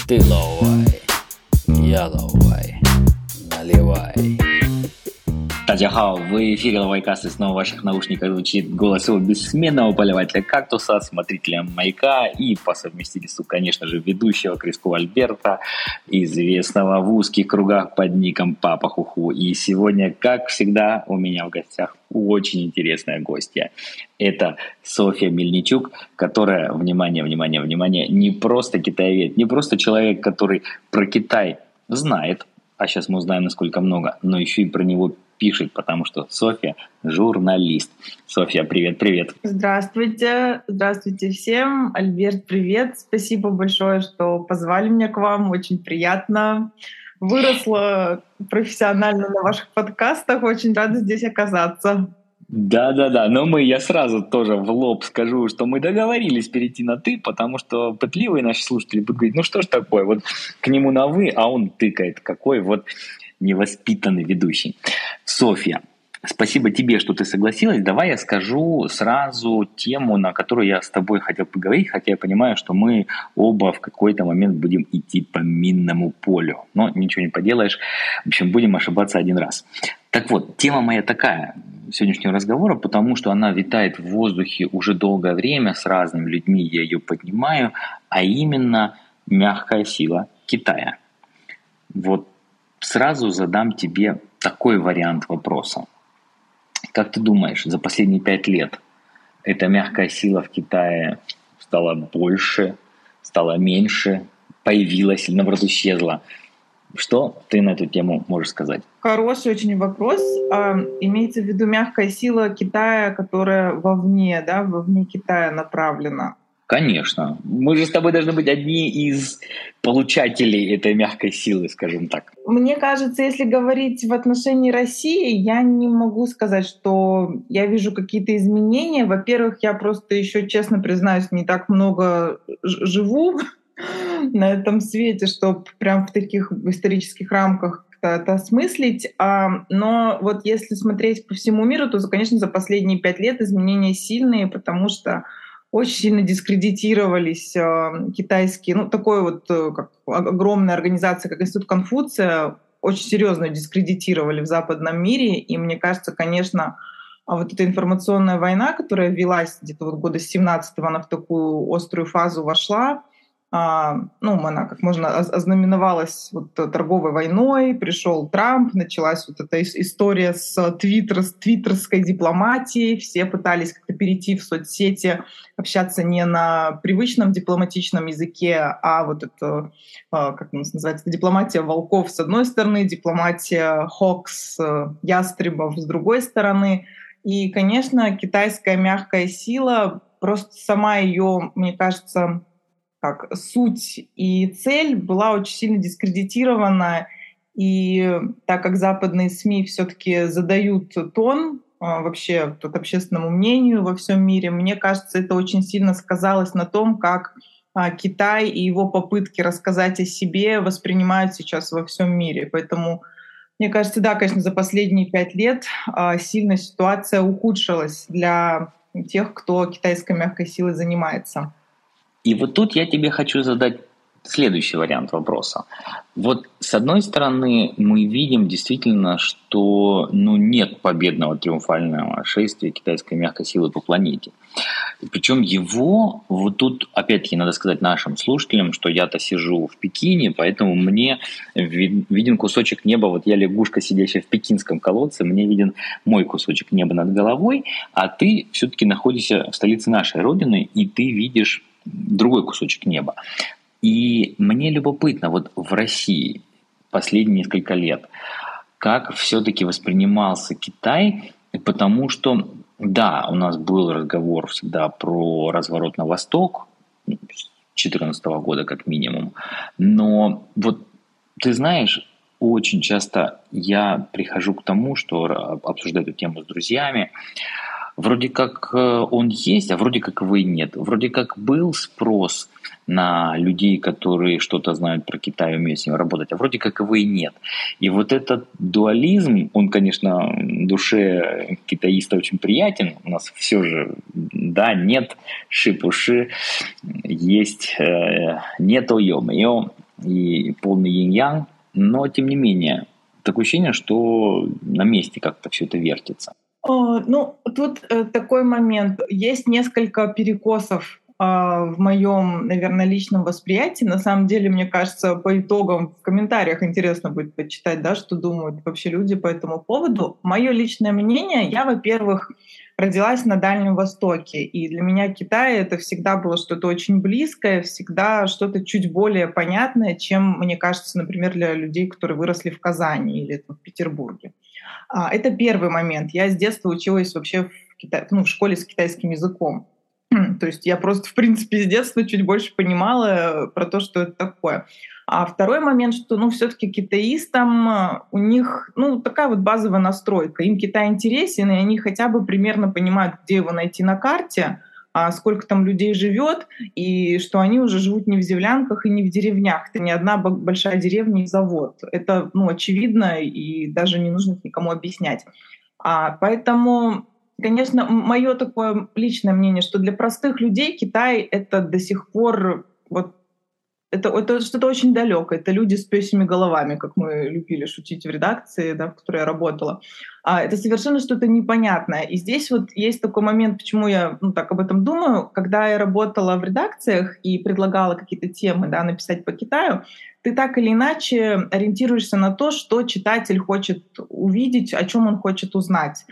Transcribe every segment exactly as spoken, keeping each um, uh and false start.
Ты лавай, я лавай, наливай. 大家好, в эфире Лавайкаст, и снова в ваших наушниках звучит голос его бессменного поливателя кактуса, смотрителя Маяка и по совместительству, конечно же, ведущего Криску Альберта, известного в узких кругах под ником Папа Хуху. И сегодня, как всегда, у меня в гостях очень интересная гостья. Это Софья Мельничук, которая, внимание, внимание, внимание, не просто китаевед, не просто человек, который про Китай знает, а сейчас мы узнаем, насколько много, но еще и про него пишет, потому что Софья журналист. Софья, привет-привет. Здравствуйте, здравствуйте всем. Альберт, привет. Спасибо большое, что позвали меня к вам. Очень приятно. Выросла профессионально на ваших подкастах. Очень рада здесь оказаться. Да-да-да, но мы, я сразу тоже в лоб скажу, что мы договорились перейти на «ты», потому что пытливые наши слушатели будут говорить, ну что ж такое, вот к нему на «вы», а он тыкает, какой вот невоспитанный ведущий. Софья, спасибо тебе, что ты согласилась. Давай я скажу сразу тему, на которую я с тобой хотел поговорить, хотя я понимаю, что мы оба в какой-то момент будем идти по минному полю. Но ничего не поделаешь. В общем, будем ошибаться один раз. Так вот, тема моя такая сегодняшнего разговора, потому что она витает в воздухе уже долгое время, с разными людьми я ее поднимаю, а именно мягкая сила Китая. Вот сразу задам тебе такой вариант вопроса. Как ты думаешь, за последние пять лет эта мягкая сила в Китае стала больше, стала меньше, появилась или, наоборот, исчезла? Что ты на эту тему можешь сказать? Хороший очень вопрос. А, имеется в виду мягкая сила Китая, которая вовне, да, вовне Китая направлена? Конечно. Мы же с тобой должны быть одни из получателей этой мягкой силы, скажем так. Мне кажется, если говорить в отношении России, я не могу сказать, что я вижу какие-то изменения. Во-первых, я просто еще, честно признаюсь, не так много ж- живу на этом свете, чтобы прям в таких исторических рамках это осмыслить. А, но вот если смотреть по всему миру, то, конечно, за последние пять лет изменения сильные, потому что очень сильно дискредитировались э, китайские, ну, такой вот э, как огромная организация, как Институт Конфуция, очень серьезно дискредитировали в западном мире. И мне кажется, конечно, а вот эта информационная война, которая велась где-то вот года с семнадцатого, она в такую острую фазу вошла. А, ну, она как можно ознаменовалась вот торговой войной, пришел Трамп, началась вот эта история с, твиттер, с твиттерской дипломатией, все пытались как-то перейти в соцсети, общаться не на привычном дипломатичном языке, а вот это, как у нас называется, дипломатия волков с одной стороны, дипломатия хокс, ястребов с другой стороны. И, конечно, китайская мягкая сила, просто сама ее, мне кажется, как суть и цель была очень сильно дискредитирована. И так как западные СМИ все-таки задают тон вообще тут общественному мнению во всем мире, мне кажется, это очень сильно сказалось на том, как Китай и его попытки рассказать о себе воспринимают сейчас во всем мире. Поэтому, мне кажется, да, конечно, за последние пять лет сильно ситуация ухудшилась для тех, кто китайской мягкой силой занимается. И вот тут я тебе хочу задать следующий вариант вопроса. Вот с одной стороны мы видим действительно, что ну, нет победного триумфального шествия китайской мягкой силы по планете. И причем его, вот тут опять-таки надо сказать нашим слушателям, что я-то сижу в Пекине, поэтому мне виден кусочек неба, вот я лягушка, сидящая в пекинском колодце, мне виден мой кусочек неба над головой, а ты все-таки находишься в столице нашей Родины, и ты видишь другой кусочек неба. И мне любопытно, вот в России последние несколько лет, как все-таки воспринимался Китай, потому что, да, у нас был разговор всегда про разворот на восток, с две тысячи четырнадцатого года как минимум, но вот ты знаешь, очень часто я прихожу к тому, что обсуждаю эту тему с друзьями, вроде как он есть, а вроде как его и нет. Вроде как был спрос на людей, которые что-то знают про Китай и умеют с ним работать, а вроде как его и нет. И вот этот дуализм, он, конечно, душе китаиста очень приятен. У нас все же да, нет, шипуши, есть, э, нету, ё-моё. и полный инь-янь, но тем не менее, такое ощущение, что на месте как-то все это вертится. О, ну, тут э, такой момент. Есть несколько перекосов а, в моем, наверное, личном восприятии. На самом деле, мне кажется, по итогам в комментариях интересно будет почитать, да, что думают вообще люди по этому поводу. Мое личное мнение, я, во-первых, родилась на Дальнем Востоке, и для меня Китай — это всегда было что-то очень близкое, всегда что-то чуть более понятное, чем, мне кажется, например, для людей, которые выросли в Казани или в Петербурге. А, Это первый момент. Я с детства училась вообще в, кита- ну, в школе с китайским языком. То есть я просто, в принципе, с детства чуть больше понимала про то, что это такое. А второй момент, что, ну, все-таки китаистам э, у них, ну, такая вот базовая настройка. Им Китай интересен, и они хотя бы примерно понимают, где его найти на карте, а сколько там людей живет, и что они уже живут не в землянках и не в деревнях. Это не одна б- большая деревня и завод. Это, ну, очевидно, и даже не нужно никому объяснять. А, поэтому, конечно, мое такое личное мнение, что для простых людей Китай — это до сих пор вот это, это что-то очень далекое. Это люди с пёсьими головами, как мы любили шутить в редакции, да, в которой я работала. А, это совершенно что-то непонятное. И здесь вот есть такой момент, почему я, ну, так об этом думаю. Когда я работала в редакциях и предлагала какие-то темы, да, написать по Китаю, ты так или иначе ориентируешься на то, что читатель хочет увидеть, о чем он хочет узнать.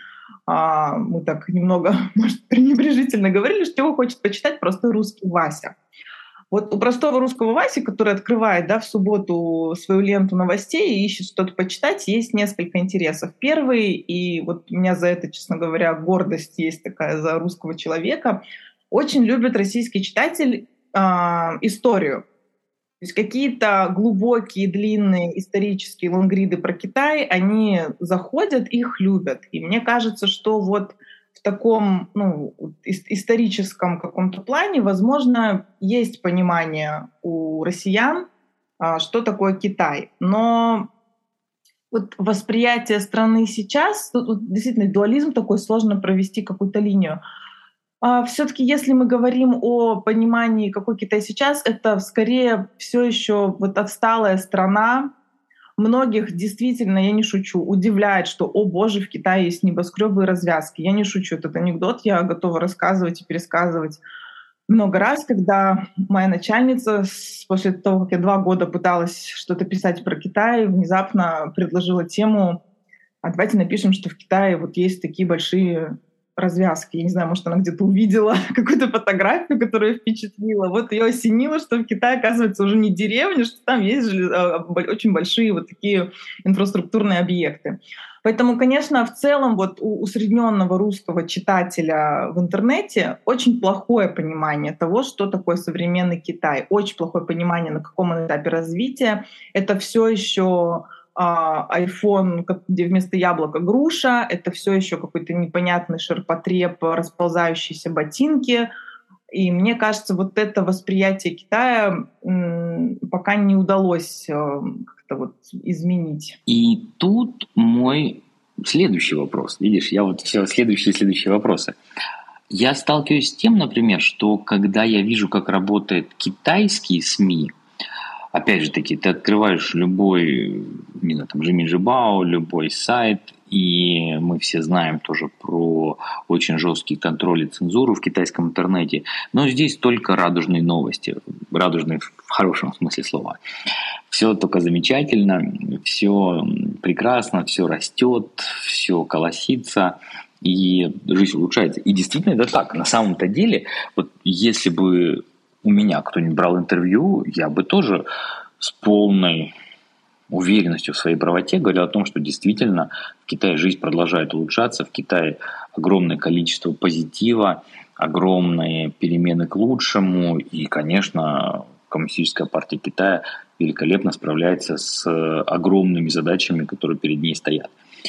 А, мы так немного, может, пренебрежительно говорили, что его хочет почитать просто русский Вася. Вот у простого русского Васи, который открывает, да, в субботу свою ленту новостей и ищет что-то почитать, есть несколько интересов. Первый, и вот у меня за это, честно говоря, гордость есть такая за русского человека, очень любит российский читатель а, историю. То есть какие-то глубокие, длинные исторические лонгриды про Китай, они заходят, их любят. И мне кажется, что вот в таком, ну, ис- историческом каком-то плане, возможно, есть понимание у россиян, а, что такое Китай. Но вот восприятие страны сейчас, тут вот действительно дуализм такой, сложно провести какую-то линию. Все-таки, если мы говорим о понимании, какой Китай сейчас, это скорее все еще вот отсталая страна. Многих действительно, я не шучу, удивляет, что, о боже, в Китае есть небоскребы и развязки. Я не шучу, этот анекдот я готова рассказывать и пересказывать много раз, когда моя начальница с- после того, как я два года пыталась что-то писать про Китай, внезапно предложила тему: а давайте напишем, что в Китае вот есть такие большие развязки. Я не знаю, может, она где-то увидела какую-то фотографию, которая впечатлила. Вот ее осенило, что в Китае, оказывается, уже не деревня, что там есть желез- а, бо- очень большие вот такие инфраструктурные объекты. Поэтому, конечно, в целом вот у усредненного русского читателя в интернете очень плохое понимание того, что такое современный Китай, очень плохое понимание, на каком он этапе развития. Это все еще а, iPhone, как- где вместо яблока груша, это все еще какой-то непонятный ширпотреб, расползающиеся ботинки. И мне кажется, вот это восприятие Китая м, пока не удалось э, как-то вот изменить. И тут мой следующий вопрос. Видишь, я вот все следующие следующие вопросы. Я сталкиваюсь с тем, например, что когда я вижу, как работает китайские СМИ, опять же таки, ты открываешь любой, не знаю, там, Жимин Жибао, любой сайт, и мы все знаем тоже про очень жесткий контроль и цензуру в китайском интернете, но здесь только радужные новости, радужные в хорошем смысле слова. Все только замечательно, все прекрасно, все растет, все колосится, и жизнь улучшается. И действительно это так. На самом-то деле, вот если бы у меня кто-нибудь брал интервью, я бы тоже с полной уверенностью в своей правоте говорил о том, что действительно в Китае жизнь продолжает улучшаться, в Китае огромное количество позитива, огромные перемены к лучшему, и, конечно, Коммунистическая партия Китая великолепно справляется с огромными задачами, которые перед ней стоят.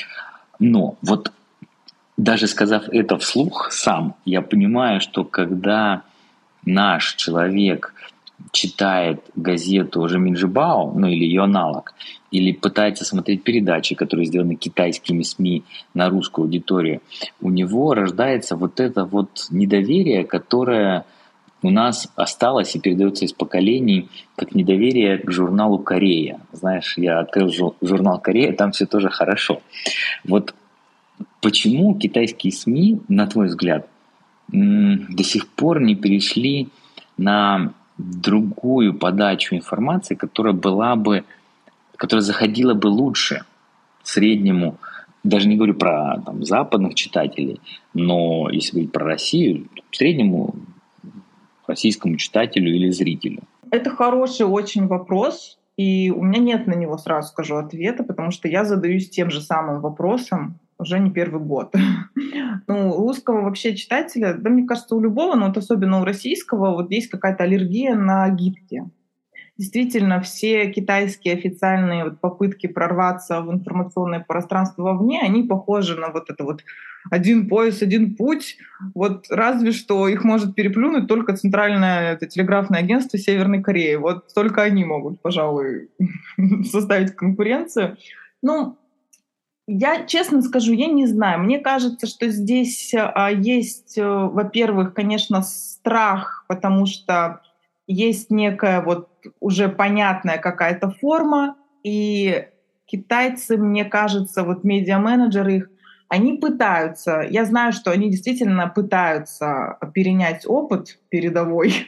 Но вот даже сказав это вслух сам, я понимаю, что когда наш человек читает газету Жимин Жибао, ну или ее аналог, или пытается смотреть передачи, которые сделаны китайскими СМИ на русскую аудиторию, у него рождается вот это вот недоверие, которое у нас осталось и передается из поколений как недоверие к журналу «Корея». Знаешь, я открыл журнал «Корея», там все тоже хорошо. Вот почему китайские СМИ, на твой взгляд, до сих пор не перешли на другую подачу информации, которая была бы, которая заходила бы лучше среднему, даже не говорю про там, западных читателей, но если говорить про Россию, среднему российскому читателю или зрителю? Это хороший очень вопрос, и у меня нет на него, сразу скажу, ответа, потому что я задаюсь тем же самым вопросом уже не первый год. Ну, русского вообще читателя, да, мне кажется, у любого, но вот особенно у российского, вот есть какая-то аллергия на гибки. Действительно, все китайские официальные вот попытки прорваться в информационное пространство вовне, они похожи на вот это вот один пояс, один путь. Вот разве что их может переплюнуть только Центральное это, телеграфное агентство Северной Кореи. Вот только они могут, пожалуй, составить конкуренцию. Ну, я честно скажу, я не знаю. Мне кажется, что здесь а, есть, а, во-первых, конечно, страх, потому что есть некая вот уже понятная какая-то форма, и китайцы, мне кажется, вот медиа-менеджеры их, они пытаются, я знаю, что они действительно пытаются перенять опыт передовой,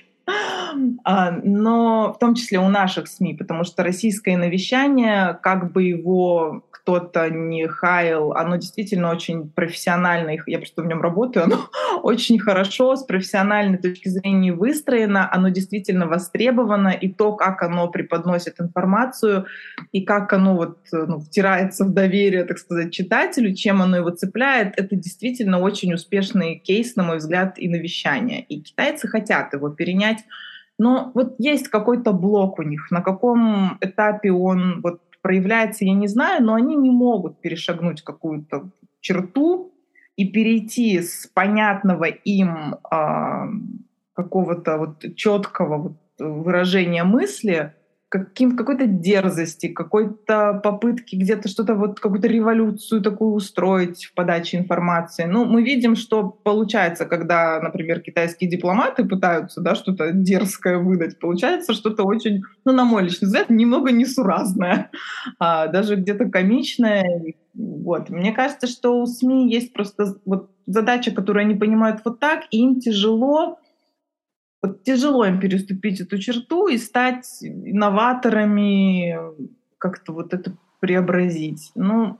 но в том числе у наших СМИ, потому что российское навещание, как бы его кто-то не хаял, оно действительно очень профессионально, я просто в нем работаю, оно очень хорошо с профессиональной точки зрения выстроено, оно действительно востребовано, и то, как оно преподносит информацию, и как оно вот, ну, втирается в доверие, так сказать, читателю, чем оно его цепляет, это действительно очень успешный кейс, на мой взгляд, и навещания. И китайцы хотят его перенять, но вот есть какой-то блок у них, на каком этапе он вот проявляется, я не знаю, но они не могут перешагнуть какую-то черту и перейти с понятного им э, какого-то вот четкого вот выражения мысли к каким, какой-то дерзости, какой-то попытки где-то что-то вот какую-то революцию такую устроить в подаче информации. Ну, мы видим, что получается, когда, например, китайские дипломаты пытаются, да, что-то дерзкое выдать, получается что-то очень, ну, на мой личный взгляд, немного несуразное, а, даже где-то комичное. Вот. Мне кажется, что у СМИ есть просто вот задача, которую они понимают вот так, и им тяжело Вот тяжело им переступить эту черту и стать инноваторами, как-то вот это преобразить. Ну,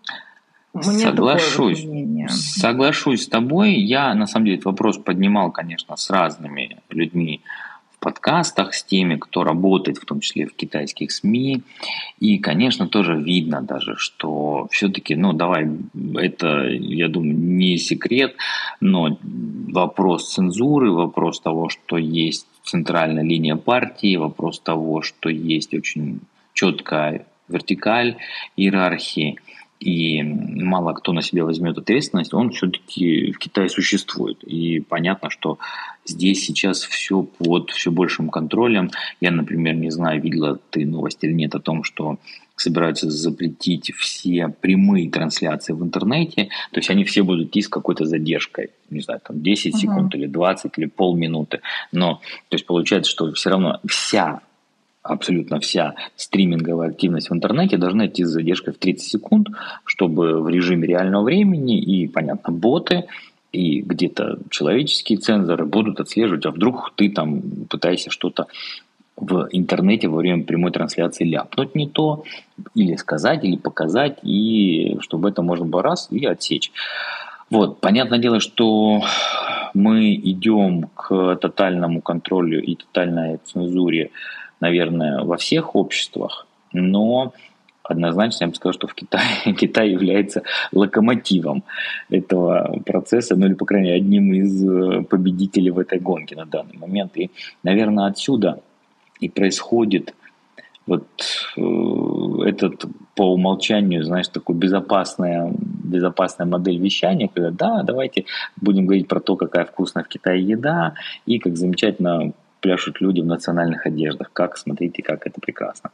мне Соглашусь. такое вот мнение. Соглашусь с тобой. Я, на самом деле, этот вопрос поднимал, конечно, с разными людьми в подкастах, с теми, кто работает, в том числе в китайских СМИ. И, конечно, тоже видно даже, что все-таки, ну, давай, это, я думаю, не секрет, но вопрос цензуры, вопрос того, что есть центральная линия партии, вопрос того, что есть очень четкая вертикаль иерархии, и мало кто на себя возьмет ответственность, он все-таки в Китае существует. И понятно, что здесь сейчас все под все большим контролем. Я, например, не знаю, видела ты новость или нет о том, что собираются запретить все прямые трансляции в интернете. То есть они все будут идти с какой-то задержкой. Не знаю, там десять секунд, uh-huh. или двадцать, или полминуты. Но, то есть получается, что все равно вся абсолютно вся стриминговая активность в интернете должна идти с задержкой в тридцать секунд, чтобы в режиме реального времени и, понятно, боты и где-то человеческие цензоры будут отслеживать, а вдруг ты там пытаешься что-то в интернете во время прямой трансляции ляпнуть не то, или сказать, или показать, и чтобы это можно было раз и отсечь. Вот, понятное дело, что мы идем к тотальному контролю и тотальной цензуре, наверное, во всех обществах, но однозначно я бы сказал, что в Китае Китай является локомотивом этого процесса, ну или, по крайней мере, одним из победителей в этой гонке на данный момент. И, наверное, отсюда и происходит вот э, этот по умолчанию, знаешь, такой безопасная, безопасная модель вещания, когда да, давайте будем говорить про то, какая вкусная в Китае еда, и как замечательно пляшут люди в национальных одеждах. Как, смотрите, как это прекрасно.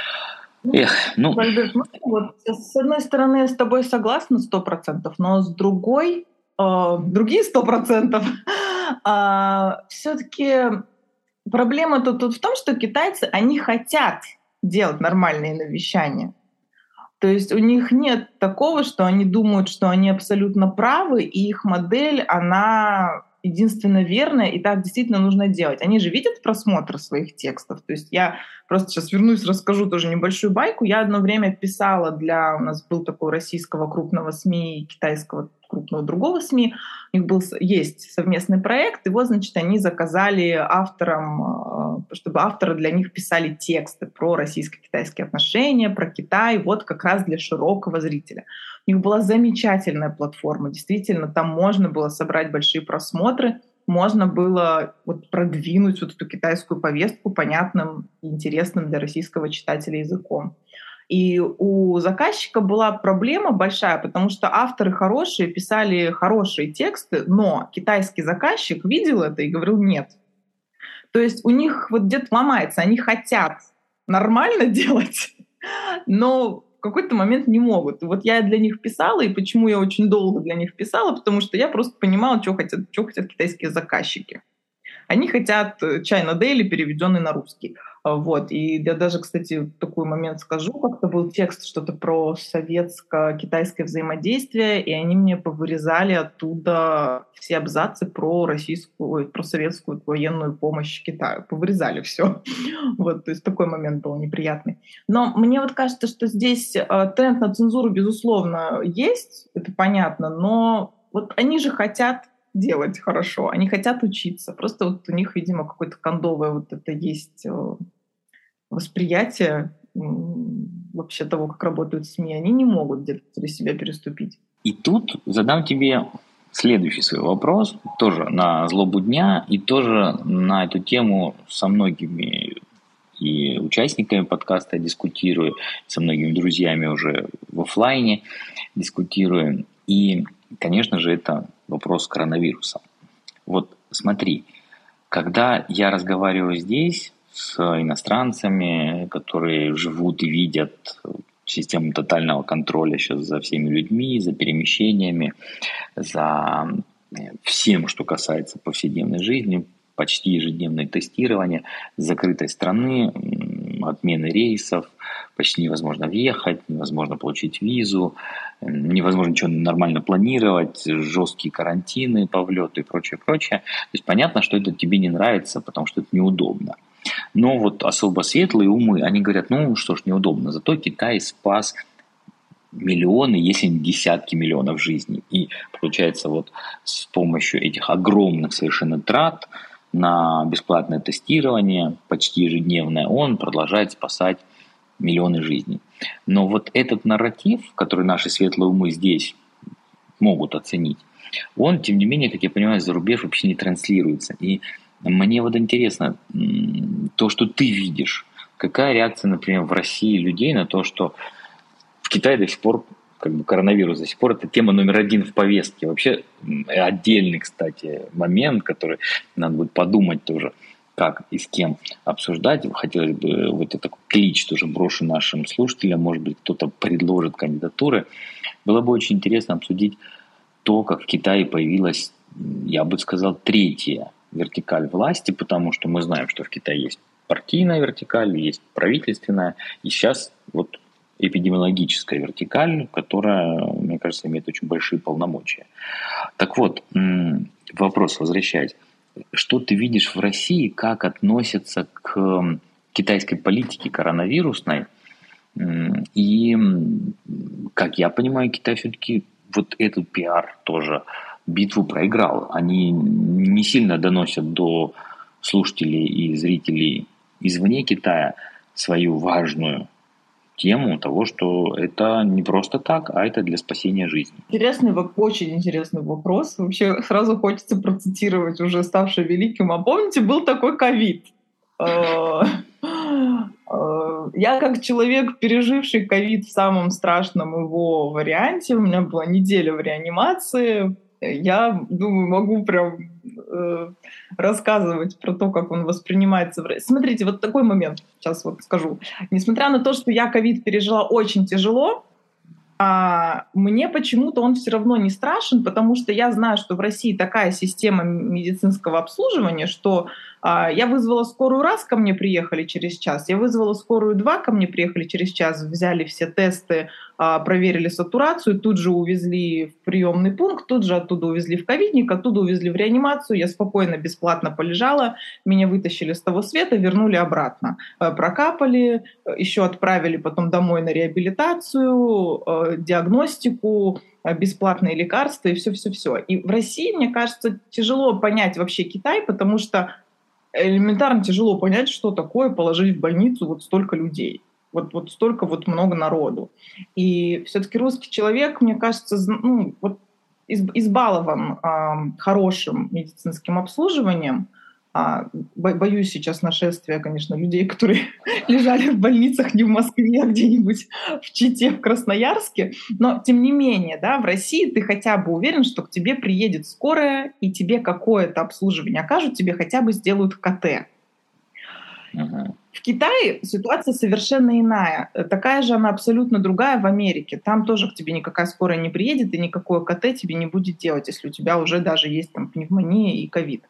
Эх, ну... Альберт, ну, вот, с одной стороны, я с тобой согласна сто процентов, но с другой, э, другие сто процентов, э, все-таки Проблема тут, тут в том, что китайцы, они хотят делать нормальные навещания. То есть у них нет такого, что они думают, что они абсолютно правы, и их модель, она единственно верная, и так действительно нужно делать. Они же видят просмотр своих текстов. То есть я просто сейчас вернусь, расскажу тоже небольшую байку. Я одно время писала для... У нас был такой российского крупного СМИ и китайского крупного другого СМИ. У них был, есть совместный проект, и вот, значит, они заказали авторам, чтобы авторы для них писали тексты про российско-китайские отношения, про Китай, вот как раз для широкого зрителя. У них была замечательная платформа, действительно, там можно было собрать большие просмотры, можно было вот продвинуть вот эту китайскую повестку понятным и интересным для российского читателя языком. И у заказчика была проблема большая, потому что авторы хорошие, писали хорошие тексты, но китайский заказчик видел это и говорил нет. То есть у них вот где-то ломается, они хотят нормально делать, но в какой-то момент не могут. И вот я для них писала, и почему я очень долго для них писала, потому что я просто понимала, что хотят, что хотят китайские заказчики. Они хотят China Daily, переведенный на русский. Вот. И я даже, кстати, такой момент скажу, как-то был текст что-то про советско-китайское взаимодействие, и они мне повырезали оттуда все абзацы про российскую, про советскую военную помощь Китаю. Повырезали все. Вот, то есть такой момент был неприятный. Но мне вот кажется, что здесь тренд на цензуру, безусловно, есть, это понятно, но вот они же хотят делать хорошо, они хотят учиться. Просто вот у них, видимо, какое-то кондовое вот это есть восприятие вообще того, как работают СМИ. Они не могут где-то через себя переступить. И тут задам тебе следующий свой вопрос, тоже на злобу дня, и тоже на эту тему со многими и участниками подкаста дискутирую, со многими друзьями уже в офлайне дискутирую. И, конечно же, это вопрос коронавируса. Вот смотри, когда я разговариваю здесь с иностранцами, которые живут и видят систему тотального контроля сейчас за всеми людьми, за перемещениями, за всем, что касается повседневной жизни, почти ежедневное тестирование закрытой страны, отмены рейсов, почти невозможно въехать, невозможно получить визу, невозможно ничего нормально планировать, жесткие карантины по влету и прочее, прочее. То есть понятно, что это тебе не нравится, потому что это неудобно. Но вот особо светлые умы, они говорят, ну что ж, неудобно, зато Китай спас миллионы, если не десятки миллионов жизней. И получается вот с помощью этих огромных совершенно трат на бесплатное тестирование, почти ежедневное, он продолжает спасать миллионы жизней. Но вот этот нарратив, который наши светлые умы здесь могут оценить, он, тем не менее, как я понимаю, за рубеж вообще не транслируется. И мне вот интересно, то, что ты видишь, какая реакция, например, в России людей на то, что в Китае до сих пор как бы коронавирус до сих пор это тема номер один в повестке. Вообще отдельный, кстати, момент, который надо будет подумать тоже, как и с кем обсуждать. Хотелось бы вот этот клич тоже брошу нашим слушателям, может быть, кто-то предложит кандидатуры. Было бы очень интересно обсудить то, как в Китае появилась, я бы сказал, третья вертикаль власти, потому что мы знаем, что в Китае есть партийная вертикаль, есть правительственная, и сейчас вот эпидемиологическая вертикаль, которая, мне кажется, имеет очень большие полномочия. Так вот, вопрос возвращаясь. Что ты видишь в России, как относятся к китайской политике коронавирусной? И, как я понимаю, Китай все-таки вот этот пиар тоже, битву проиграл. Они не сильно доносят до слушателей и зрителей извне Китая свою важную тему того, что это не просто так, а это для спасения жизни. Интересный, очень интересный вопрос. Вообще сразу хочется процитировать уже ставший великим. А помните, был такой ковид? Я как человек, переживший ковид в самом страшном его варианте, у меня была неделя в реанимации, я думаю, могу прям э, рассказывать про то, как он воспринимается. Смотрите, вот такой момент, сейчас вот скажу. Несмотря на то, что я ковид пережила очень тяжело, а мне почему-то он все равно не страшен, потому что я знаю, что в России такая система медицинского обслуживания, что а, я вызвала скорую раз, ко мне приехали через час, я вызвала скорую два, ко мне приехали через час, взяли все тесты, а, проверили сатурацию, тут же увезли в приемный пункт, тут же оттуда увезли в ковидник, оттуда увезли в реанимацию, я спокойно, бесплатно полежала, меня вытащили с того света, вернули обратно, прокапали, еще отправили потом домой на реабилитацию, диагностику, бесплатные лекарства и все-все-все. И в России, мне кажется, тяжело понять вообще Китай, потому что элементарно тяжело понять, что такое положить в больницу вот столько людей. Вот, вот столько вот много народу. И все-таки русский человек, мне кажется, ну, вот избалован э, хорошим медицинским обслуживанием. А, боюсь сейчас нашествия, конечно, людей, которые лежали в больницах не в Москве, а где-нибудь в Чите, в Красноярске. Но, тем не менее, да, в России ты хотя бы уверен, что к тебе приедет скорая, и тебе какое-то обслуживание окажут, тебе хотя бы сделают КТ. Uh-huh. В Китае ситуация совершенно иная. Такая же она абсолютно другая в Америке. Там тоже к тебе никакая скорая не приедет, и никакое КТ тебе не будет делать, если у тебя уже даже есть там пневмония и ковид.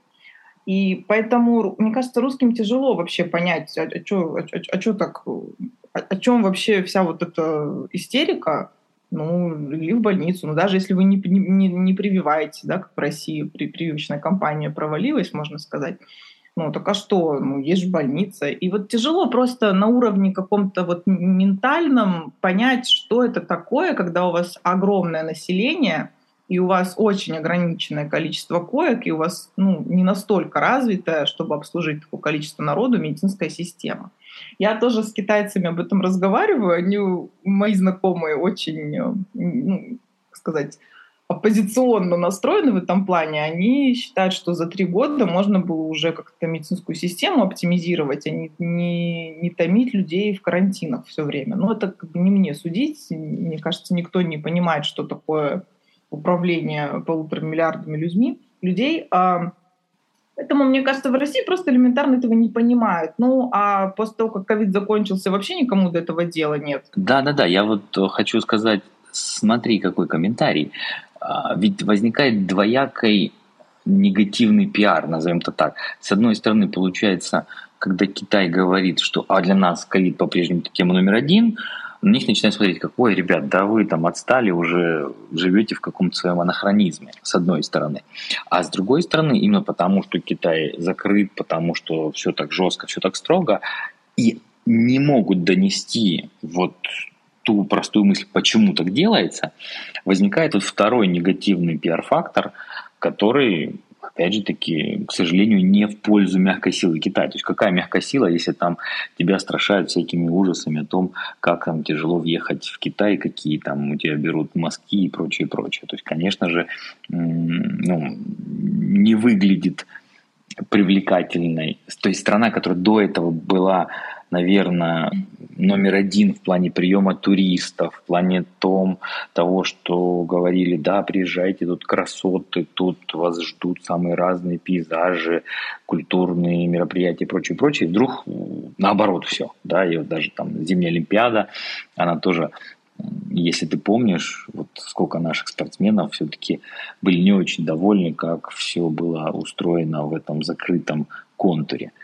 И поэтому, мне кажется, русским тяжело вообще понять, а, а, чё, а, а, чё так, о, о чем вообще вся вот эта истерика. Ну, или в больницу. Ну, даже если вы не, не, не прививаете, да, как в России при, прививочная кампания провалилась, можно сказать. Ну, так а что? Ну, есть же больница. И вот тяжело просто на уровне каком-то вот ментальном понять, что это такое, когда у вас огромное население, и у вас очень ограниченное количество коек, и у вас ну, не настолько развитая, чтобы обслужить такое количество народу, медицинская система. Я тоже с китайцами об этом разговариваю. Они, мои знакомые, очень, ну, как сказать, оппозиционно настроены в этом плане. Они считают, что за три года можно было уже как-то медицинскую систему оптимизировать, а не, не, не томить людей в карантинах все время. Но это как бы не мне судить. Мне кажется, никто не понимает, что такое управление полутора миллиардами людьми, людей. Поэтому, мне кажется, в России просто элементарно этого не понимают. Ну, а после того, как ковид закончился, вообще никому до этого дела нет. Да-да-да, я вот хочу сказать, смотри, какой комментарий. Ведь возникает двоякий негативный пиар, назовем это так. С одной стороны, получается, когда Китай говорит, что а для нас ковид по-прежнему тема номер один, на них начинают смотреть, как, ой, ребят, да вы там отстали, уже живете в каком-то своем анахронизме, с одной стороны. А с другой стороны, именно потому, что Китай закрыт, потому что все так жестко, все так строго, и не могут донести вот ту простую мысль, почему так делается, возникает вот второй негативный пиар-фактор, который, опять же таки, к сожалению, не в пользу мягкой силы Китая. То есть какая мягкая сила, если там тебя страшают всякими ужасами о том, как там тяжело въехать в Китай, какие там у тебя берут мазки и прочее, прочее. То есть, конечно же, ну, не выглядит привлекательной. То есть страна, которая до этого была, наверное, номер один в плане приема туристов, в плане том, того, что говорили, да, приезжайте, тут красоты, тут вас ждут самые разные пейзажи, культурные мероприятия и прочее, прочее. Вдруг наоборот все, да, и вот даже там зимняя Олимпиада, она тоже, если ты помнишь, вот сколько наших спортсменов все-таки были не очень довольны, как все было устроено в этом закрытом контуре.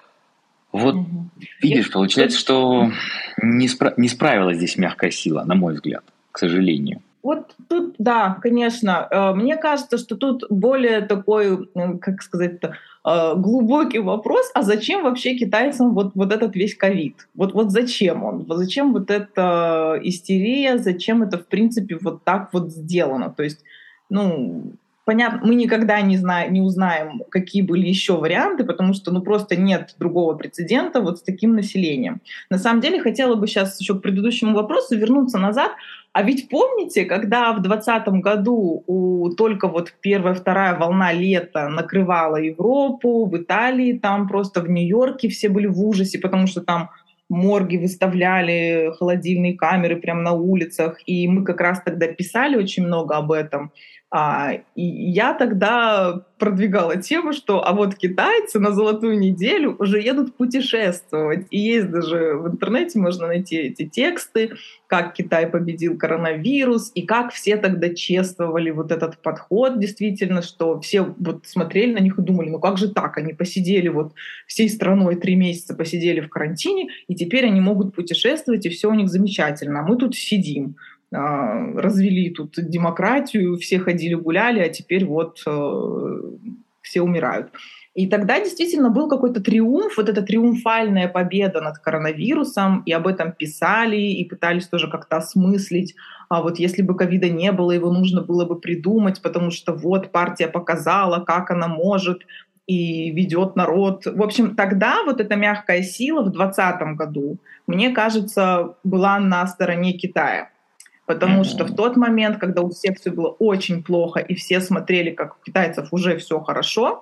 Вот угу. Видишь, Я... получается, что не, спра- не справилась здесь мягкая сила, на мой взгляд, к сожалению. Вот тут, да, конечно. Мне кажется, что тут более такой, как сказать-то, глубокий вопрос, а зачем вообще китайцам вот, вот этот весь ковид? Вот, вот зачем он? Зачем вот эта истерия? Зачем это, в принципе, вот так вот сделано? То есть, ну... Понятно, мы никогда не, знаем, не узнаем, какие были еще варианты, потому что ну, просто нет другого прецедента вот с таким населением. На самом деле, хотела бы сейчас еще к предыдущему вопросу вернуться назад. А ведь помните, когда в двадцатом году у, только вот первая, вторая волна лета накрывала Европу, в Италии, там просто в Нью-Йорке все были в ужасе, потому что там морги выставляли, холодильные камеры прямо на улицах, и мы как раз тогда писали очень много об этом. А, и я тогда продвигала тему, что а вот китайцы на золотую неделю уже едут путешествовать. И есть даже в интернете, можно найти эти тексты, как Китай победил коронавирус, и как все тогда чествовали вот этот подход, действительно, что все вот смотрели на них и думали, ну как же так, они посидели вот всей страной три месяца, посидели в карантине, и теперь они могут путешествовать, и все у них замечательно, а мы тут сидим. Развели тут демократию, все ходили гуляли, а теперь вот э, все умирают. И тогда действительно был какой-то триумф, вот эта триумфальная победа над коронавирусом, и об этом писали, и пытались тоже как-то осмыслить, а вот если бы ковида не было, его нужно было бы придумать, потому что вот партия показала, как она может, и ведет народ. В общем, тогда вот эта мягкая сила в двадцатом году, мне кажется, была на стороне Китая. Потому что в тот момент, когда у всех все было очень плохо, и все смотрели, как у китайцев уже все хорошо,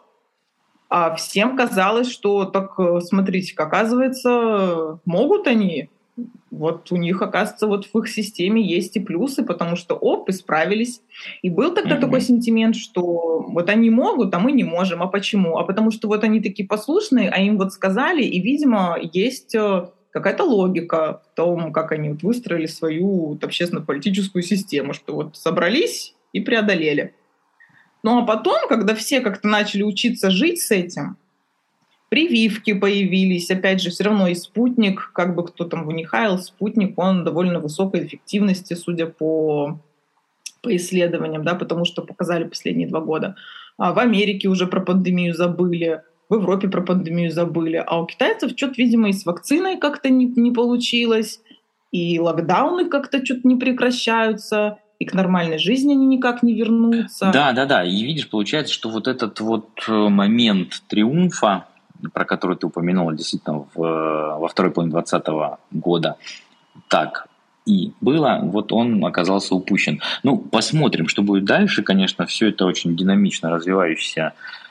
а всем казалось, что так, смотрите, оказывается, могут они. Вот у них, оказывается, вот в их системе есть и плюсы, потому что, оп, исправились. И был тогда mm-hmm. такой сентимент, что вот они могут, а мы не можем. А почему? А потому что вот они такие послушные, а им вот сказали, и, видимо, есть какая-то логика в том, как они вот выстроили свою вот общественно-политическую систему, что вот собрались и преодолели. Ну а потом, когда все как-то начали учиться жить с этим, прививки появились, опять же, все равно и спутник, как бы кто там его не хаял, спутник, он довольно высокой эффективности, судя по, по исследованиям, да, потому что показали последние два года. А в Америке уже про пандемию забыли, в Европе про пандемию забыли, а у китайцев что-то, видимо, и с вакциной как-то не, не получилось, и локдауны как-то что-то не прекращаются, и к нормальной жизни они никак не вернутся. Да, да, да. И видишь, получается, что вот этот вот момент триумфа, про который ты упомянула, действительно, в, во второй половине двадцатого года, так и было, вот он оказался упущен. Ну, посмотрим, что будет дальше. Конечно, все это очень динамично развивающаяся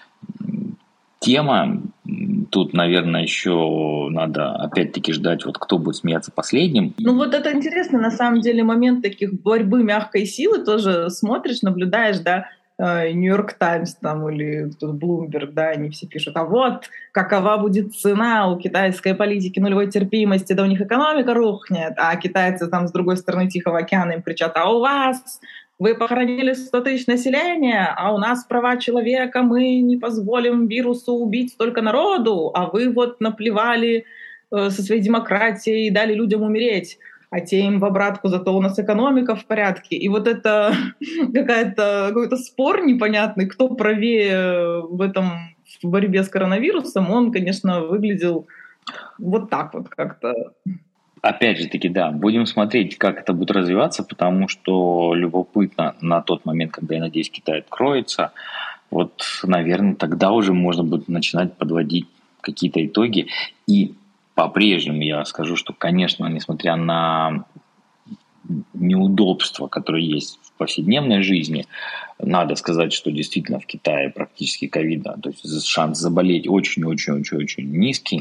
тема. Тут, наверное, еще надо опять-таки ждать, вот кто будет смеяться последним. Ну вот это интересно, на самом деле, момент таких борьбы мягкой силы, тоже смотришь, наблюдаешь, да, Нью-Йорк Таймс там или тут Bloomberg, да, они все пишут, а вот какова будет цена у китайской политики нулевой терпимости, да у них экономика рухнет, а китайцы там с другой стороны Тихого океана им кричат, а у вас... Вы похоронили сто тысяч населения, а у нас права человека, мы не позволим вирусу убить столько народу, а вы вот наплевали э, со своей демократией и дали людям умереть, а те им в обратку, зато у нас экономика в порядке. И вот это какая-то, какой-то спор непонятный, кто правее в этом в борьбе с коронавирусом, он, конечно, выглядел вот так вот как-то. Опять же таки, да, будем смотреть, как это будет развиваться, потому что любопытно на тот момент, когда, я надеюсь, Китай откроется, вот, наверное, тогда уже можно будет начинать подводить какие-то итоги. И по-прежнему я скажу, что, конечно, несмотря на неудобства, которые есть в повседневной жизни, надо сказать, что действительно в Китае практически ковида, то есть шанс заболеть очень-очень-очень-очень низкий.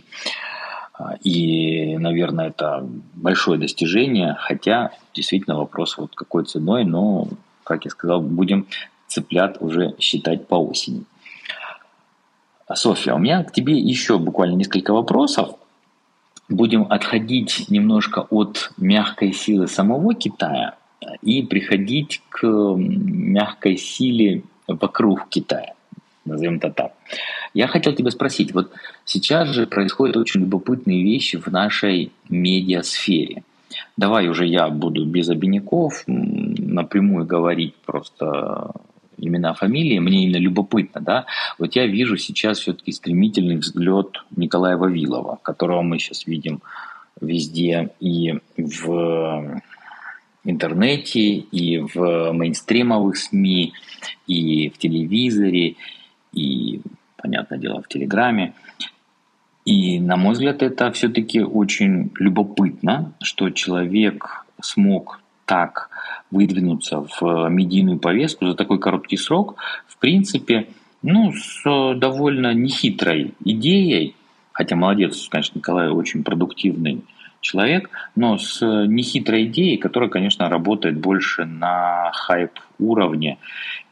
И, наверное, это большое достижение, хотя действительно вопрос вот какой ценой, но, как я сказал, будем цыплят уже считать по осени. Софья, у меня к тебе еще буквально несколько вопросов. Будем отходить немножко от мягкой силы самого Китая и приходить к мягкой силе вокруг Китая. Назовем это так. Я хотел тебя спросить, вот сейчас же происходят очень любопытные вещи в нашей медиасфере. Давай уже я буду без обиняков напрямую говорить просто имена, фамилии. Мне именно любопытно, да. Вот я вижу сейчас все-таки стремительный взлет Николая Вавилова, которого мы сейчас видим везде и в интернете, и в мейнстримовых СМИ, и в телевизоре, и, понятное дело, в Телеграме. И, на мой взгляд, это все-таки очень любопытно, что человек смог так выдвинуться в медийную повестку за такой короткий срок, в принципе, ну, с довольно нехитрой идеей, хотя молодец, конечно, Николай очень продуктивный человек, но с нехитрой идеей, которая, конечно, работает больше на хайп-уровне.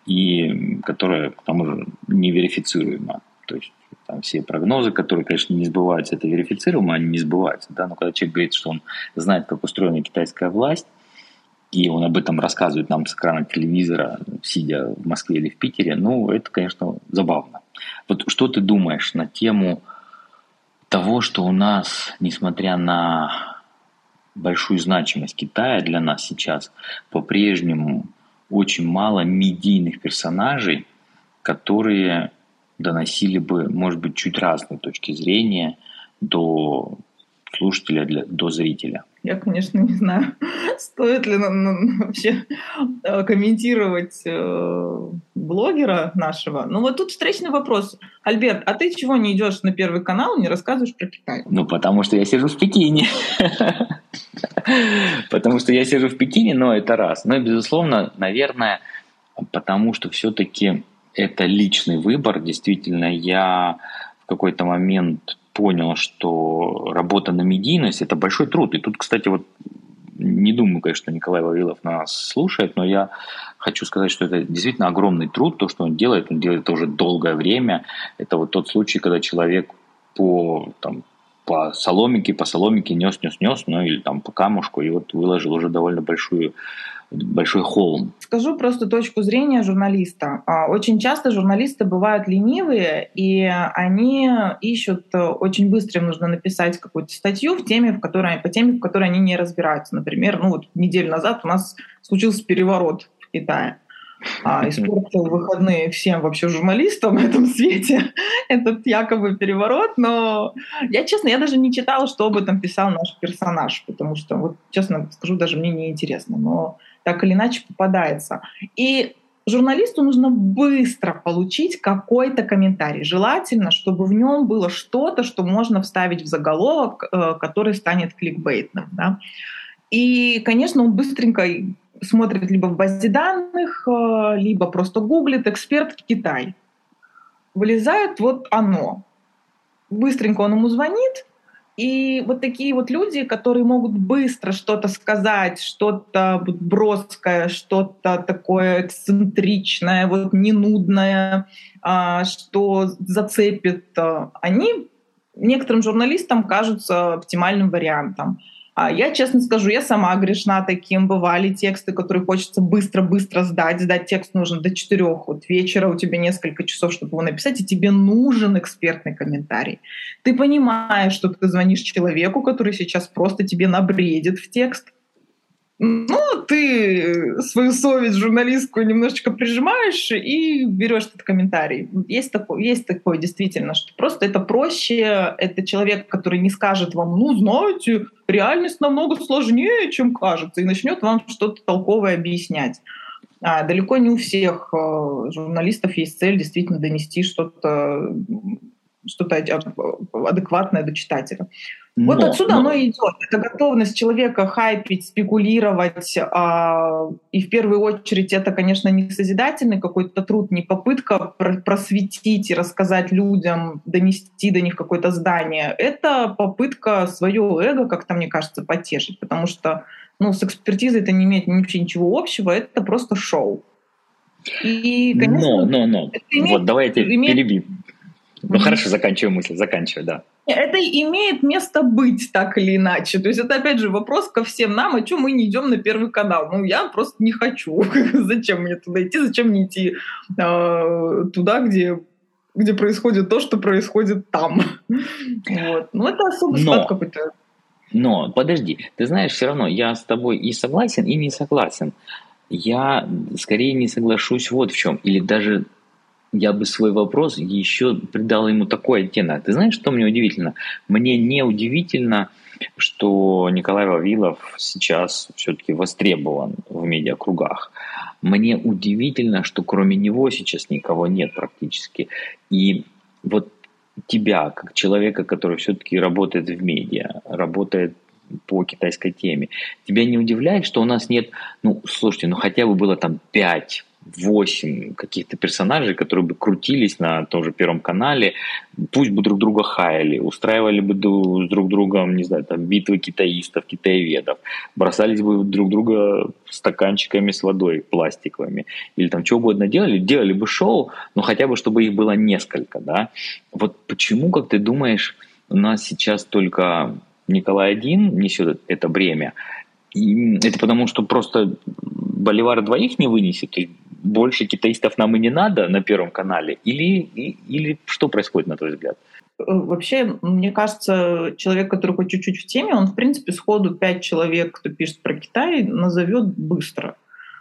и которая, к тому же, неверифицируема. То есть там все прогнозы, которые, конечно, не сбываются, это верифицируемо, они не сбываются. Да? Но когда человек говорит, что он знает, как устроена китайская власть, и он об этом рассказывает нам с экрана телевизора, сидя в Москве или в Питере, ну, это, конечно, забавно. Вот что ты думаешь на тему того, что у нас, несмотря на большую значимость Китая для нас сейчас, по-прежнему очень мало медийных персонажей, которые доносили бы, может быть, чуть разные точки зрения до слушателя, для, до зрителя? Я, конечно, не знаю, стоит ли нам, нам вообще э, комментировать э, блогера нашего. Ну вот тут встречный вопрос. Альберт, а ты чего не идешь на Первый канал, не рассказываешь про Китай? Ну, потому что я сижу в Пекине. Потому что я сижу в Пекине, но это раз. Но, безусловно, наверное, потому что все-таки это личный выбор. Действительно, я в какой-то момент понял, что работа на медийность – это большой труд. И тут, кстати, вот не думаю, конечно, что Николай Вавилов нас слушает, но я хочу сказать, что это действительно огромный труд, то, что он делает. Он делает это уже долгое время. Это вот тот случай, когда человек по, там, по соломике, по соломике нес, нес, нес, ну или там по камушку, и вот выложил уже довольно большую большой холм. Скажу просто точку зрения журналиста. Очень часто журналисты бывают ленивые, и они ищут, очень быстро им нужно написать какую-то статью в теме, в которой, по теме, в которой они не разбираются. Например, ну вот неделю назад у нас случился переворот в Китае. А, испортил выходные всем вообще журналистам в этом свете этот якобы переворот, но я, честно, я даже не читала, что об этом писал наш персонаж, потому что, вот, честно скажу, даже мне не интересно, но так или иначе попадается. И журналисту нужно быстро получить какой-то комментарий. Желательно, чтобы в нем было что-то, что можно вставить в заголовок, который станет кликбейтным. Да? И, конечно, он быстренько смотрит либо в базе данных, либо просто гуглит «эксперт Китай». Вылезает вот оно. Быстренько он ему звонит, и вот такие вот люди, которые могут быстро что-то сказать, что-то броское, что-то такое эксцентричное, вот ненудное, что зацепит, они некоторым журналистам кажутся оптимальным вариантом. Я, честно скажу, я сама грешна таким. Бывали тексты, которые хочется быстро-быстро сдать. Сдать текст нужен до четырех вот вечера, у тебя несколько часов, чтобы его написать, и тебе нужен экспертный комментарий. Ты понимаешь, что ты звонишь человеку, который сейчас просто тебе набредит в текст. Ну, ты свою совесть журналистскую немножечко прижимаешь и берешь этот комментарий. Есть такое, есть такое действительно, что просто это проще. Это человек, который не скажет вам, ну, знаете, реальность намного сложнее, чем кажется, и начнет вам что-то толковое объяснять. А далеко не у всех журналистов есть цель действительно донести что-то, что-то адекватное до читателя. Вот но, отсюда но... оно и идет. Это готовность человека хайпить, спекулировать. А, и в первую очередь это, конечно, не созидательный какой-то труд, не попытка просветить и рассказать людям, донести до них какое-то здание. Это попытка свое эго, как-то, мне кажется, потешить. Потому что ну, с экспертизой это не имеет вообще ничего общего, это просто шоу. И, конечно, но, но, но. Имеет, вот давайте имеет... перебьем. Ну mm-hmm. хорошо, заканчиваю мысль, заканчиваю, да. Это имеет место быть так или иначе. То есть это, опять же, вопрос ко всем нам, а что мы не идем на Первый канал? Ну, я просто не хочу. Зачем мне туда идти? Зачем мне идти э, туда, где, где происходит то, что происходит там? Вот. Ну, это особый склад какой-то. Но, подожди, ты знаешь, все равно я с тобой и согласен, и не согласен. Я скорее не соглашусь вот в чем. Или даже... я бы свой вопрос еще придал ему такой оттенок. Ты знаешь, что мне удивительно? Мне не удивительно, что Николай Вавилов сейчас все-таки востребован в медиакругах. Мне удивительно, что кроме него сейчас никого нет практически. И вот тебя, как человека, который все-таки работает в медиа, работает по китайской теме, тебя не удивляет, что у нас нет, ну, слушайте, ну хотя бы было там пять восемь каких-то персонажей, которые бы крутились на том же Первом канале, пусть бы друг друга хаяли, устраивали бы с друг другом, не знаю, там, битвы китаистов, китаеведов, бросались бы друг друга стаканчиками с водой пластиковыми, или там что угодно делали, делали бы шоу, но хотя бы, чтобы их было несколько, да. Вот почему, как ты думаешь, у нас сейчас только Николай один несет это бремя? И это потому, что просто Боливар двоих не вынесет, то есть больше китаистов нам и не надо на Первом канале? Или, или что происходит, на твой взгляд? Вообще, мне кажется, человек, который хоть чуть-чуть в теме, он, в принципе, сходу пять человек, кто пишет про Китай, назовет быстро.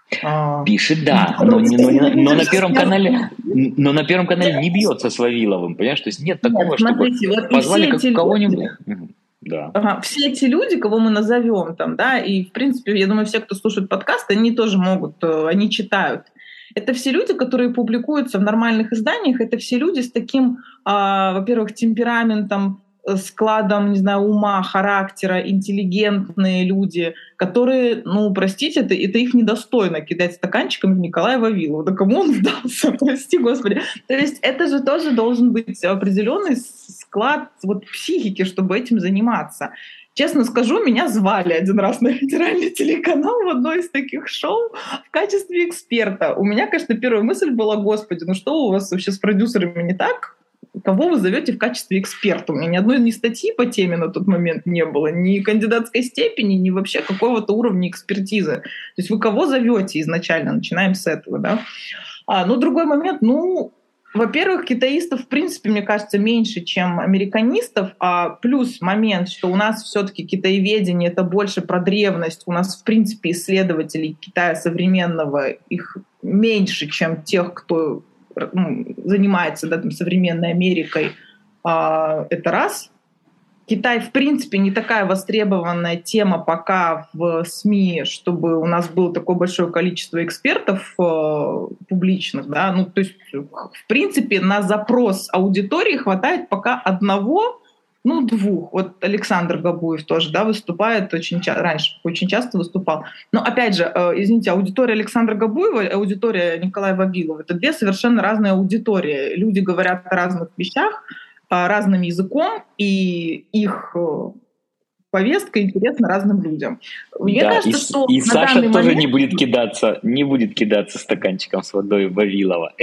Пишет, да, но, но, но, но на Первом канале, но на Первом канале не бьется с Вавиловым, понимаешь? То есть нет такого, нет, смотрите, чтобы вот позвали как люди... кого-нибудь. Да. Ага, все эти люди, кого мы назовем там, да, и в принципе, я думаю, все, кто слушает подкаст, они тоже могут, они читают. Это все люди, которые публикуются в нормальных изданиях, это все люди с таким, а, во-первых, темпераментом, складом, не знаю, ума, характера, интеллигентные люди, которые, ну, простите, это, это их недостойно кидать стаканчиками в Николая Вавилова. Да кому он сдался, прости господи. То есть это же тоже должен быть определенный склад вот психики, чтобы этим заниматься. Честно скажу, меня звали один раз на федеральный телеканал в одно из таких шоу в качестве эксперта. У меня, конечно, первая мысль была: господи, ну что у вас вообще с продюсерами не так? Кого вы зовете в качестве эксперта? У меня ни одной ни статьи по теме на тот момент не было, ни кандидатской степени, ни вообще какого-то уровня экспертизы. То есть вы кого зовете изначально? Начинаем с этого, да? А, ну, другой момент, ну, во-первых, китаистов, в принципе, мне кажется, меньше, чем американистов, а плюс момент, что у нас все-таки китаеведение — это больше про древность, у нас, в принципе, исследователей Китая современного, их меньше, чем тех, кто занимается, да, там, современной Америкой, а, это раз. Китай, в принципе, не такая востребованная тема пока в СМИ, чтобы у нас было такое большое количество экспертов э, публичных, да, ну, то есть, в принципе, на запрос аудитории хватает пока одного, ну, двух. Вот Александр Габуев тоже, да, выступает очень часто, раньше очень часто выступал. Но, опять же, э, извините, аудитория Александра Габуева и аудитория Николая Вавилова — это две совершенно разные аудитории. Люди говорят о разных вещах, разным языком, и их повестка интересна разным людям. Мне да, кажется, и, что и на Саша тоже момент... не будет кидаться, не будет кидаться стаканчиком с водой Вавилова.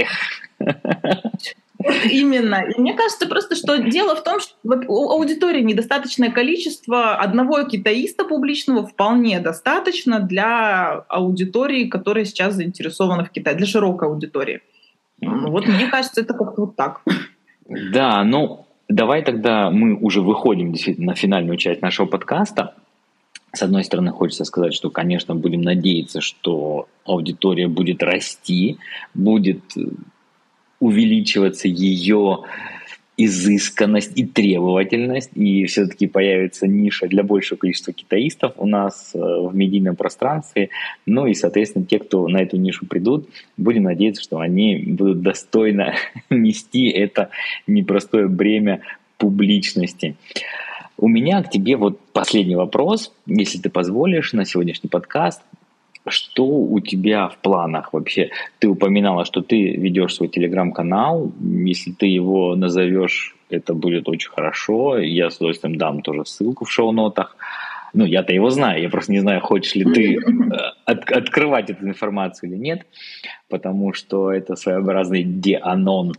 Вот именно. И мне кажется просто, что дело в том, что вот у аудитории недостаточное количество, одного китаиста публичного вполне достаточно для аудитории, которая сейчас заинтересована в Китае, для широкой аудитории. Mm-hmm. Вот мне кажется, это как-то вот так. Да, ну давай тогда мы уже выходим действительно на финальную часть нашего подкаста. С одной стороны, хочется сказать, что, конечно, будем надеяться, что аудитория будет расти, будет увеличиваться ее изысканность и требовательность, и все-таки появится ниша для большего количества китаистов у нас в медийном пространстве. Ну и, соответственно, те, кто на эту нишу придут, будем надеяться, что они будут достойно нести это непростое бремя публичности. У меня к тебе вот последний вопрос, если ты позволишь, на сегодняшний подкаст. Что у тебя в планах вообще? Ты упоминала, что ты ведешь свой телеграм-канал. Если ты его назовешь, это будет очень хорошо. Я с удовольствием дам тоже ссылку в шоу-нотах. Ну, я-то его знаю. Я просто не знаю, хочешь ли ты от- открывать эту информацию или нет. Потому что это своеобразный деанон.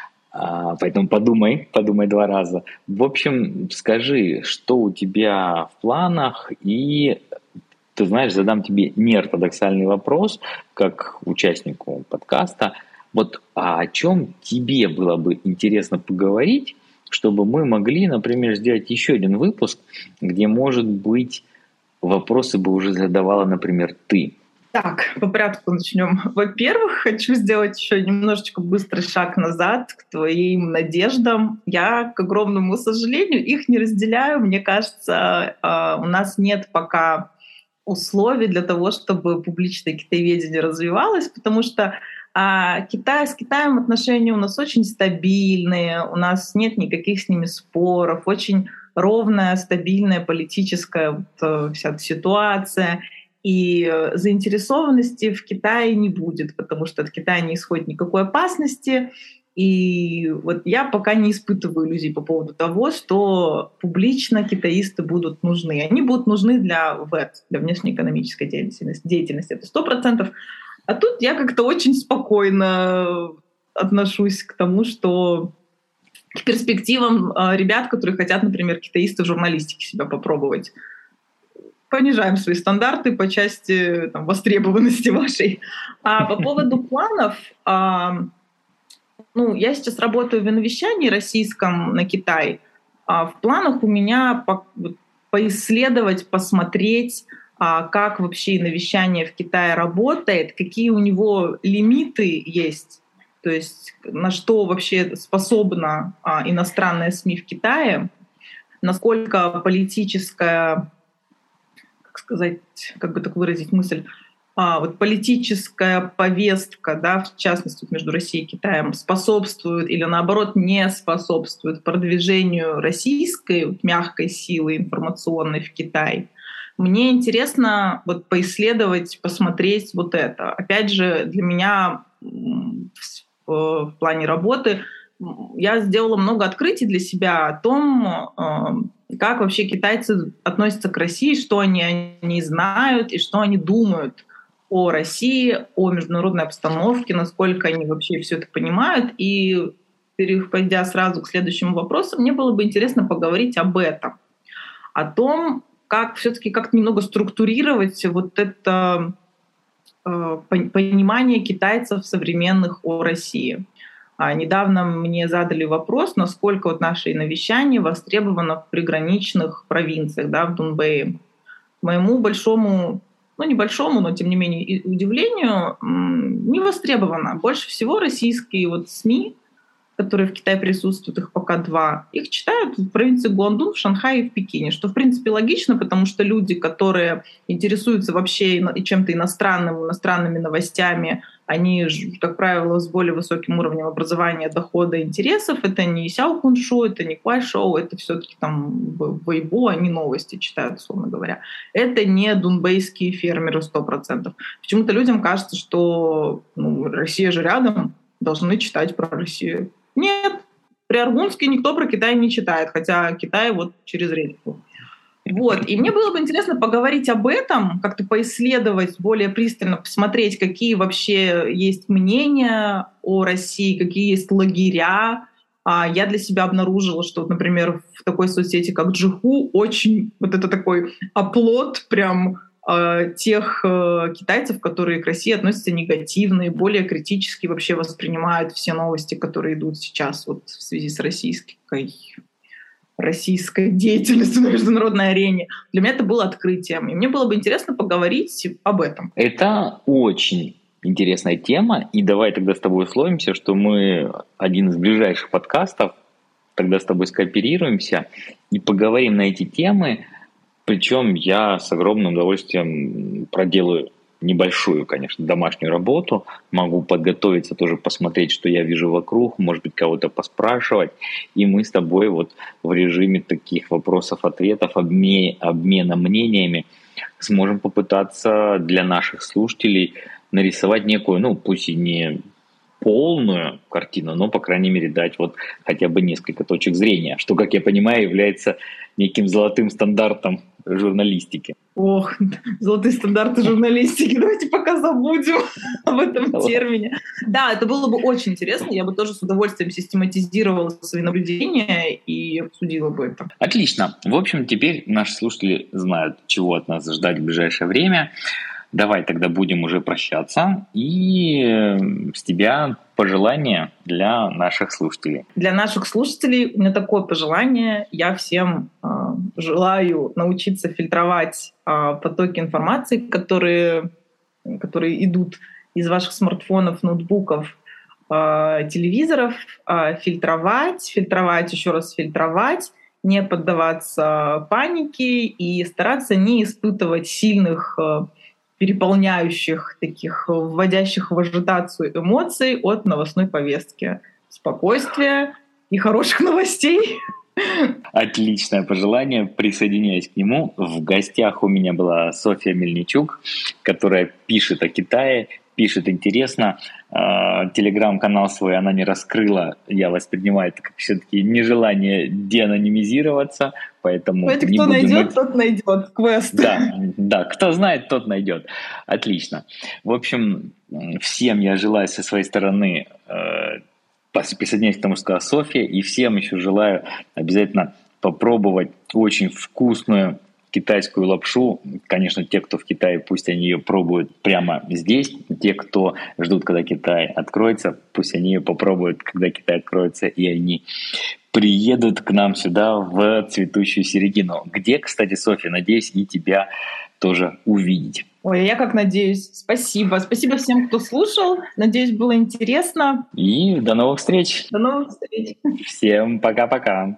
А, поэтому подумай, подумай два раза. В общем, скажи, что у тебя в планах, и ты знаешь, задам тебе неортодоксальный вопрос, как участнику подкаста. Вот а о чем тебе было бы интересно поговорить, чтобы мы могли, например, сделать еще один выпуск, где, может быть, вопросы бы уже задавала, например, ты. Так, по порядку начнем. Во-первых, хочу сделать еще немножечко быстрый шаг назад к твоим надеждам. Я, к огромному сожалению, их не разделяю. Мне кажется, у нас нет пока условий для того, чтобы публичное китаеведение развивалось, потому что а, Китай, с Китаем отношения у нас очень стабильные, у нас нет никаких с ними споров, очень ровная, стабильная политическая вот, вся эта ситуация. и заинтересованности в Китае не будет, потому что от Китая не исходит никакой опасности. И вот я пока не испытываю иллюзий по поводу того, что публично китаисты будут нужны. Они будут нужны для вэ тэ, для внешнеэкономической деятельности, деятельности. Это сто процентов. А тут я как-то очень спокойно отношусь к тому, что к перспективам ребят, которые хотят, например, китаисты в журналистике себя попробовать. Понижаем свои стандарты по части там, востребованности вашей. А по поводу планов... Ну, я сейчас работаю в инвещании российском на Китай. А в планах у меня по, поисследовать, посмотреть, а, как вообще инвещание в Китае работает, какие у него лимиты есть, то есть на что вообще способна а, иностранная СМИ в Китае, насколько политическая, как сказать, как бы так выразить мысль, А, вот политическая повестка, да, в частности между Россией и Китаем, способствует или наоборот не способствует продвижению российской вот, мягкой силы информационной в Китай. Мне интересно вот, поисследовать, посмотреть вот это. Опять же, для меня в, в плане работы я сделала много открытий для себя о том, как вообще китайцы относятся к России, что они о ней знают и что они думают о России, о международной обстановке, насколько они вообще все это понимают. И переходя сразу к следующему вопросу, мне было бы интересно поговорить об этом, о том, как все-таки как-то немного структурировать вот это э, понимание китайцев современных о России. А недавно мне задали вопрос, насколько вот наше инвещание востребовано в приграничных провинциях, да, в Дунбэе. К моему большому ну, небольшому, но тем не менее удивлению, не востребовано. Больше всего российские вот СМИ, которые в Китае присутствуют, их пока два, их читают в провинции Гуандун, в Шанхае и в Пекине, что в принципе логично, потому что люди, которые интересуются вообще и чем-то иностранным, иностранными новостями, они, как правило, с более высоким уровнем образования, дохода, интересов. Это не Сяо Куншу, это не Куайшоу, это все-таки там Вэйбо, они новости читают, условно говоря. Это не дунбэйские фермеры сто процентов. Почему-то людям кажется, что ну, Россия же рядом, должны читать про Россию. Нет, при Аргунске никто про Китай не читает, хотя Китай вот через речку. Вот. И мне было бы интересно поговорить об этом, как-то поисследовать, более пристально посмотреть, какие вообще есть мнения о России, какие есть лагеря. Я для себя обнаружила, что, например, в такой соцсети, как Джиху, очень вот это такой оплот прям тех китайцев, которые к России относятся негативно и более критически вообще воспринимают все новости, которые идут сейчас вот в связи с российской, российской деятельностью на международной арене. Для меня это было открытием. И мне было бы интересно поговорить об этом. Это очень интересная тема. И давай тогда с тобой условимся, что мы один из ближайших подкастов, тогда с тобой скооперируемся и поговорим на эти темы. Причем я с огромным удовольствием проделаю небольшую, конечно, домашнюю работу. Могу подготовиться, тоже посмотреть, что я вижу вокруг, может быть, кого-то поспрашивать. И мы с тобой вот в режиме таких вопросов-ответов, обме- обмена мнениями сможем попытаться для наших слушателей нарисовать некую, ну, пусть и не полную картину, но, по крайней мере, дать вот хотя бы несколько точек зрения, что, как я понимаю, является неким золотым стандартом журналистики. Ох, золотые стандарты журналистики. Давайте пока забудем об этом термине. Да, это было бы очень интересно. Я бы тоже с удовольствием систематизировала свои наблюдения и обсудила бы это. Отлично. В общем, теперь наши слушатели знают, чего от нас ждать в ближайшее время. Давай тогда будем уже прощаться. И с тебя пожелание для наших слушателей. Для наших слушателей у меня такое пожелание. Я всем э, желаю научиться фильтровать э, потоки информации, которые, которые идут из ваших смартфонов, ноутбуков, э, телевизоров. Э, фильтровать, фильтровать, еще раз фильтровать, не поддаваться панике и стараться не испытывать сильных э, переполняющих, таких вводящих в ажитацию эмоций от новостной повестки. Спокойствия и хороших новостей. Отличное пожелание, присоединяюсь к нему. В гостях у меня была Софья Мельничук, которая пишет о Китае, пишет интересно. Телеграм-канал свой она не раскрыла, я воспринимаю это как все-таки нежелание деанонимизироваться, поэтому... Знаете, не кто буду найдет, мыть... тот найдет. Квест. Да, да, кто знает, тот найдет. Отлично. В общем, всем я желаю со своей стороны... присоединяюсь к тому, что сказала Софья, и всем еще желаю обязательно попробовать очень вкусную китайскую лапшу. Конечно, те, кто в Китае, пусть они ее пробуют прямо здесь. Те, кто ждут, когда Китай откроется, пусть они ее попробуют, когда Китай откроется, и они приедут к нам сюда в цветущую середину. Где, кстати, Софья, надеюсь, и тебя тоже увидеть. Ой, я как надеюсь. Спасибо. Спасибо всем, кто слушал. Надеюсь, было интересно. И до новых встреч. До новых встреч. Всем пока-пока.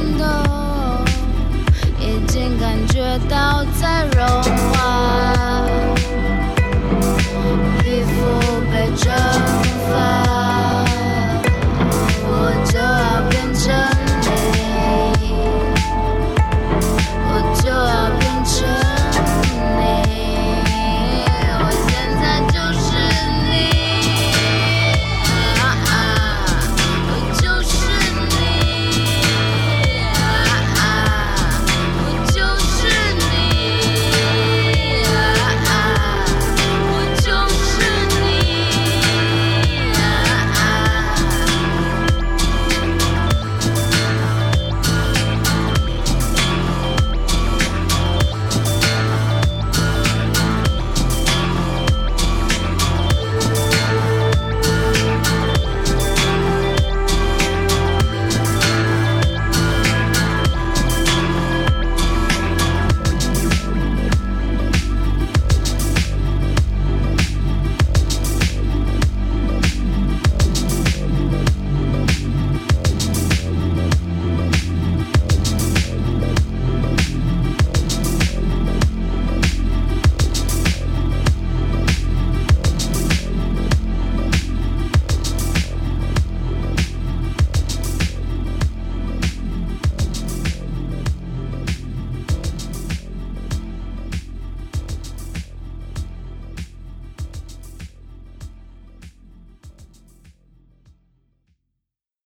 已经感觉到在融化。